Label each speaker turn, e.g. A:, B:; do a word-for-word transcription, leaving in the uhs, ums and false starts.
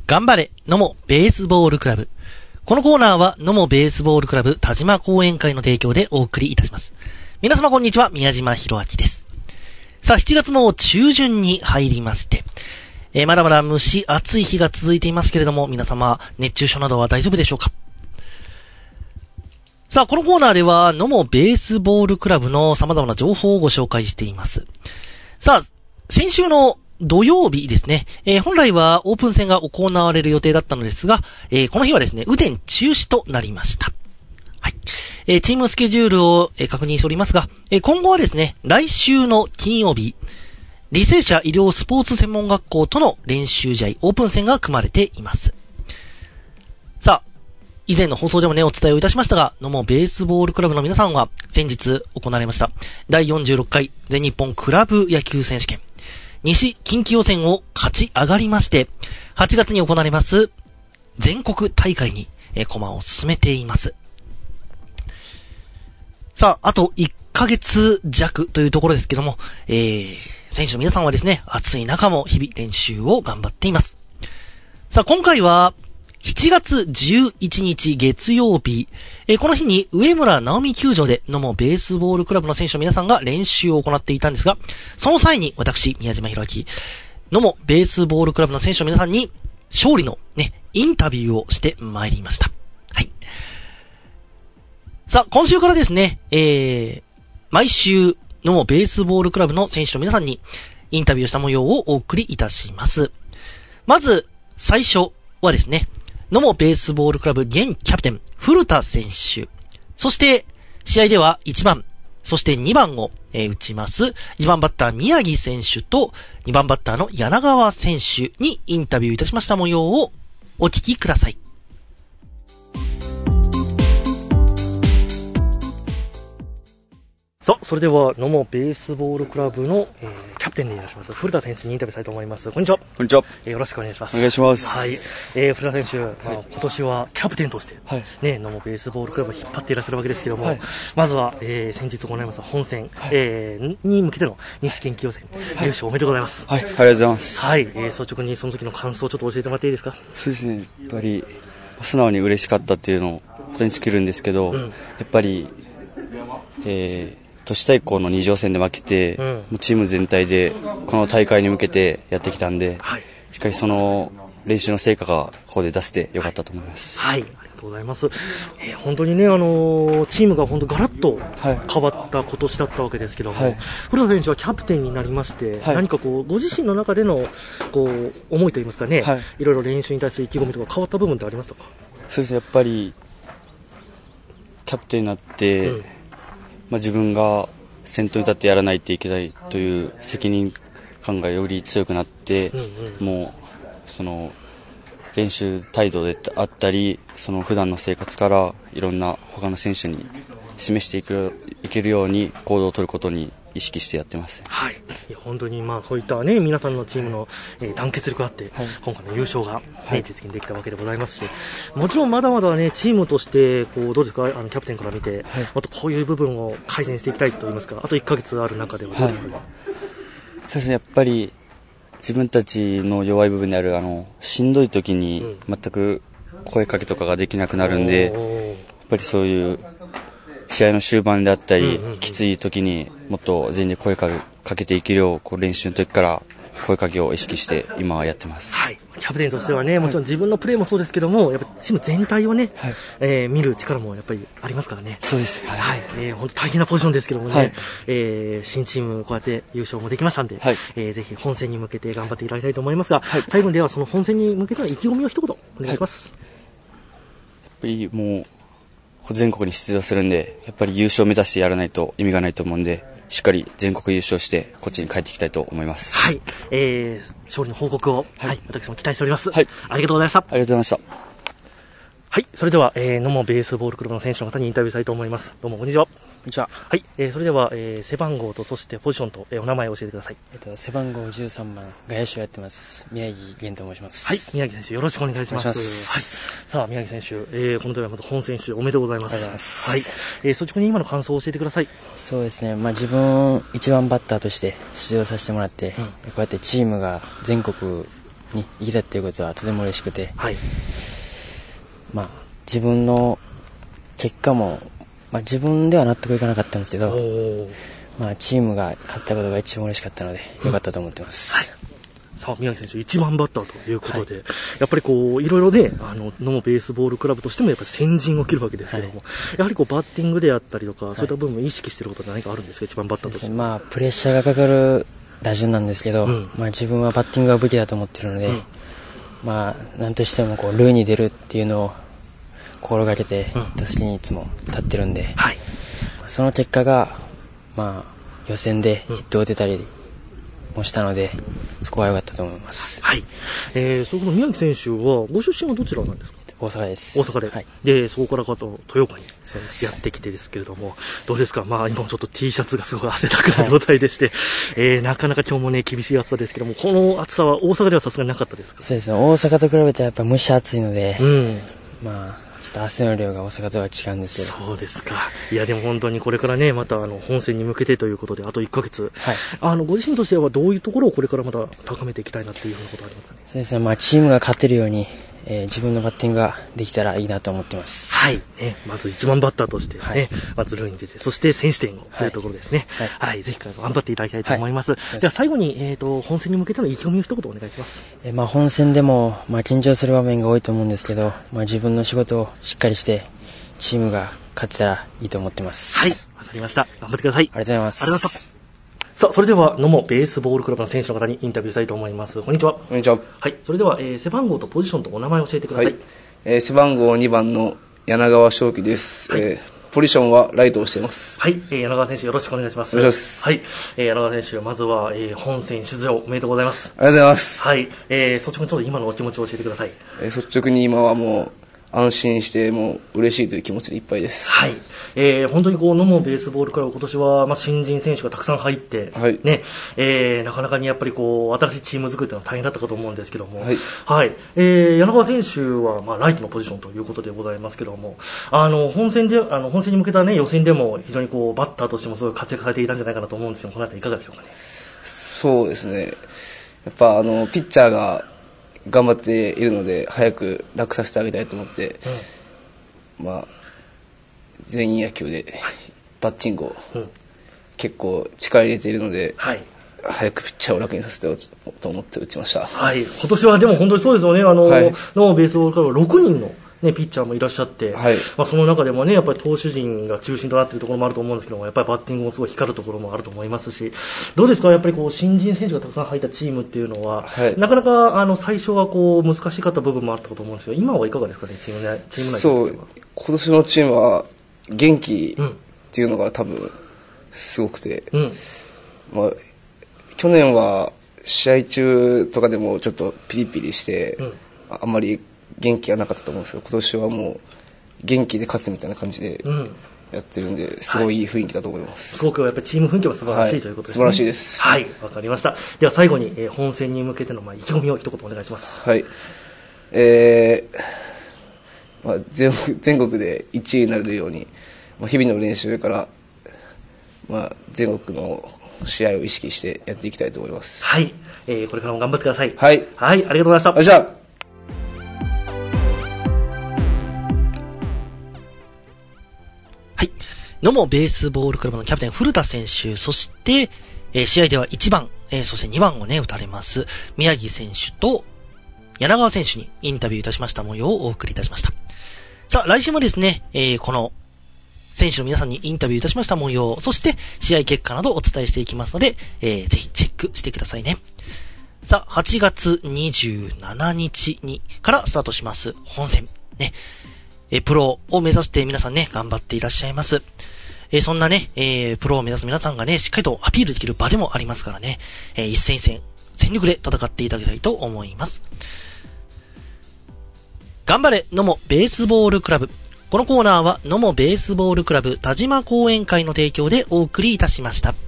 A: 頑張れ野茂ベースボールクラブ。このコーナーは野茂ベースボールクラブ田島講演会の提供でお送りいたします。皆様こんにちは、宮島博明です。さあ、しちがつも中旬に入りまして、えー、まだまだ蒸し暑い日が続いていますけれども、皆様熱中症などは大丈夫でしょうか。さあ、このコーナーでは野茂ベースボールクラブの様々な情報をご紹介しています。さあ、先週の土曜日ですね、えー、本来はオープン戦が行われる予定だったのですが、えー、この日はですね、雨天中止となりました。はい。えー、チームスケジュールを、えー、確認しておりますが、えー、今後はですね、来週の金曜日、履正社医療スポーツ専門学校との練習試合、オープン戦が組まれています。さあ、以前の放送でもね、お伝えをいたしましたが、野茂ベースボールクラブの皆さんは、先日行われました、だいよんじゅうろっかい全日本クラブ野球選手権、西近畿予選を勝ち上がりまして、はちがつに行われます全国大会に、えー、駒を進めています。さあ、あといっかげつじゃくというところですけども、えー、選手の皆さんはですね、暑い中も日々練習を頑張っています。さあ、今回はしちがつじゅういちにち月曜日、えー、この日に上村直美球場で野茂ベースボールクラブの選手の皆さんが練習を行っていたんですが、その際に私、宮島博明、野茂ベースボールクラブの選手の皆さんに勝利のね、インタビューをしてまいりました。はい。さあ、今週からですね、えー、毎週野茂ベースボールクラブの選手の皆さんにインタビューした模様をお送りいたします。まず、最初はですね、野茂ベースボールクラブ現キャプテン古田選手、そして試合ではいちばん、そしてにばんを、えー、打ちますいちばんバッター宮城選手とにばんバッターの柳川選手にインタビューいたしました模様をお聞きください。さあ、それでは野茂ベースボールクラブの、えー、キャプテンでいらっしゃいます古田選手にインタビューしたいと思います。こんにちは。
B: こんにちは。
A: えー、よろしくお願いします。
B: お願いします。
A: はい。えー、古田選手、まあ、今年はキャプテンとして、はい、ね、野茂ベースボールクラブを引っ張っていらっしゃるわけですけども、はい、まずは、えー、先日行われました本戦、はい、えー、に向けての西近畿予選、はい、優勝おめでとうございます。
B: はい、ありがとうございます。
A: はい。えー、率直にその時の感想をちょっと教えてもらっていいですか。
B: そうですね。やっぱり素直に嬉しかったっていうのを本当に尽きるんですけど、うん、やっぱり、えー都市対抗のに乗戦で負けて、うん、もうチーム全体でこの大会に向けてやってきたんで、はい、しっかりその練習の成果がここで出せてよかったと思います。
A: はい、はい、ありがとうございます。えー、本当にね、あのー、チームが本当ガラッと変わった今年だったわけですけども、はい、古田選手はキャプテンになりまして、はい、何かこうご自身の中でのこう思いといいますかね、はい、いろいろ練習に対する意気込みとか変わった部分ってありましたか。
B: そうですね、やっぱりキャプテンになって、うん、まあ、自分が先頭に立ってやらないといけないという責任感がより強くなって、うんうん、もうその練習態度であったりその普段の生活からいろんな他の選手に示していくいけるように行動を取ることに意識してやってます。
A: はい、いや本当にまあそういったね皆さんのチームの、えー、団結力があって、はい、今回の優勝が、ね、はい、実現できたわけでございますし、もちろんまだまだねチームとしてこうどうですか、あのキャプテンから見て、はい、もっとこういう部分を改善していきたいといいますか、あといっかげつある中ではどうですかね。はい、
B: そうですね、やっぱり自分たちの弱い部分であるあのしんどい時に全く声かけとかができなくなるんで、うん、やっぱりそういう試合の終盤であったり、うんうんうん、きつい時にもっと全員で声かけ、かけていけるようこう練習の時から声かけを意識して今はやってます。
A: はい、キャプテンとしてはね、もちろん自分のプレーもそうですけども、やっぱチーム全体をね、はい、えー、見る力もやっぱりありますからね。
B: そうです。はい、
A: はい、えー、本当大変なポジションですけどもね、はい、えー、新チームこうやって優勝もできましたんで、はい、えー、ぜひ本戦に向けて頑張っていただきたいと思いますが、はい、最後にではその本戦に向けての意気込みを一言お願いします。
B: はい、やっぱりもう全国に出場するんで、やっぱり優勝を目指してやらないと意味がないと思うんで、しっかり全国優勝してこっちに帰ってきたいと思います。
A: はい、えー、勝利の報告を、はい、はい、私も期待しております。はい、ありがとうございました。あ
B: りがとうございました。
A: はい、それでは、えー、野茂ベースボールクラブの選手の方にインタビューしたいと思います。どうもこんにちは。こ
C: んにちは。
A: はい、えー、それでは、えー、背番号とそしてポジションと、えー、お名前を教えてください。
C: えっと背番号じゅうさんばん外野手をやってます宮城源と申します。
A: はい、宮城選手よろしくお願いします。はい、さあ宮城選手、えー、この度はまた本選手おめでとうございます。
C: ありがとうございます。
A: はい、えー、率直に今の感想を教えてください。
C: そうですね、まあ自分いちばんバッターとして出場させてもらって、うん、こうやってチームが全国に行けたっていうことはとても嬉しくて、
A: はい、
C: まあ、自分の結果も、まあ、自分では納得いかなかったんですけど、まあ、チームが勝ったことが一番嬉しかったので良かったと思ってます、
A: うん、はい。さあ宮城選手いちばんバッターということで、はい、やっぱりこういろいろね、あの野茂ベースボールクラブとしてもやっぱり先陣を切るわけですけども、はい、やはりこうバッティングであったりとか、はい、そういった部分を意識していることって何かあるんですか、いちばんバッターとして。
C: まあ、プレッシャーがかかる打順なんですけど、うん、まあ、自分はバッティングが武器だと思っているので、うん、まあ、何としてもこう塁に出るっていうのを心がけて打席にいつも立ってるんで、うん、はい、その結果が、まあ、予選でヒットを打てたりもしたので、そこは良かったと思います。
A: はい。えー、そこの宮城選手はご出身はどちらなんですか？
C: 大阪です。
A: 大阪で、はい、でそこからかと豊岡にやってきてですけれども、どうですか。まあ今もちょっと T シャツがすごい汗だくな状態でして、はい、えー、なかなか今日もね厳しい暑さですけども、この暑さは大阪ではさすがになかったですか？
C: そうですね、大阪と比べてやっぱ蒸し暑いので、うん、まあちょっと汗の量が大阪とは違うんですけ
A: ど。そうですか。いやでも本当にこれからね、またあの本戦に向けてということであといっかげつ、はい、あのご自身としてはどういうところをこれからまた高めていきたいなっていうようなことありますかね？
C: そうですね、まあチームが勝てるように、えー、自分のバッティングができたらいいなと思ってます。
A: はい、ね、まずいちばんバッターとしてね、はい、まず塁に出て、そして先取点をというところですね。はい、はいはい、ぜひ頑張っていただきたいと思います。はい、では最後に、えーと、本戦に向けての意気込みを一言お願いします。
C: えーまあ、本戦でも、まあ、緊張する場面が多いと思うんですけど、まあ、自分の仕事をしっかりしてチームが勝てたらいいと思ってます。
A: はい、わかりました。頑張ってください。
C: ありがとうございます。
A: ありがとうございます。さあ、それでは野茂ベースボールクラブの選手の方にインタビューしたいと思います。こんにちは。
D: こんにちは。
A: はい、それでは、えー、背番号とポジションとお名前を教えてください。はい、
D: えー、背番号にばんの柳川翔輝です。はい、えー、ポジションはライトをしています。
A: はい、えー、柳川選手よろしくお願いします。
D: お願いします。
A: はい、えー、柳川選手まずは、えー、本戦出場おめでとうございます。
D: ありがとうございます。
A: はい、えー、率直にちょっと今のお気持ちを教えてください。
D: えー、率直に今はもう安心してもう嬉しいという気持ちでいっぱいです。
A: はい、えー、本当にこう野茂ベースボールクラブ今年はまあ新人選手がたくさん入って、はいねえー、なかなかにやっぱりこう新しいチーム作りというのは大変だったかと思うんですけども、はいはいえー、柳川選手はまあライトのポジションということでございますけども、あの本戦であの本戦に向けた、ね、予選でも非常にこうバッターとしてもすごい活躍されていたんじゃないかなと思うんですけど、このあたりいかがでしょうかね。
D: そうですね、やっぱあのピッチャーが頑張っているので早く楽させてあげたいと思って、うん、まあ全員野球でバッティングを結構力入れているので、はい、早くピッチャーを楽にさせてと思って打ちました。
A: はい、今年はでも本当にそうですよね。あの、はい、のベースボールからろくにんの、ね、ピッチャーもいらっしゃって、はいまあ、その中でもねやっぱり投手陣が中心となっているところもあると思うんですけども、やっぱりバッティングもすごい光るところもあると思いますし、どうですか、やっぱりこう新人選手がたくさん入ったチームっていうのは、はい、なかなかあの最初はこう難しかった部分もあったと思うんですけど、今はいかがですかね、チーム内チーム内
D: そう今年のチームは元気っていうのが多分すごくて、うんまあ、去年は試合中とかでもちょっとピリピリして、うん、あんまり元気がなかったと思うんですけど、今年はもう元気で勝つみたいな感じでやってるんで、すごいいい雰囲気だと思います。
A: すごくやっぱりチーム雰囲気は素晴らしい、はい、ということですね。
D: 素晴らしいです。
A: はい、わかりました。では最後に、えー、本戦に向けてのまあ意気込みを一言お願いします。
D: はい、えーまあ、全, 全国でいちいになれるように、まあ、日々の練習から、まあ、全国の試合を意識してやっていきたいと思います。
A: はい、えー、これからも頑張ってください。
D: はい、
A: はい、ありがとうございました。
D: ありがとうございました。
A: 野茂ベースボールクラブのキャプテン古田選手、そして、えー、試合ではいちばん、えー、そしてにばんをね、打たれます、宮城選手と柳川選手にインタビューいたしました模様をお送りいたしました。さあ、来週もですね、えー、この選手の皆さんにインタビューいたしました模様、そして試合結果などをお伝えしていきますので、えー、ぜひチェックしてくださいね。さあ、はちがつにじゅうしちにちにからスタートします本戦。ね。えー、プロを目指して皆さんね、頑張っていらっしゃいます。えー、そんなね、えー、プロを目指す皆さんがね、しっかりとアピールできる場でもありますからね、えー、一戦一戦、全力で戦っていただきたいと思います。頑張れ、野茂ベースボールクラブ。このコーナーは、野茂ベースボールクラブ田島講演会の提供でお送りいたしました。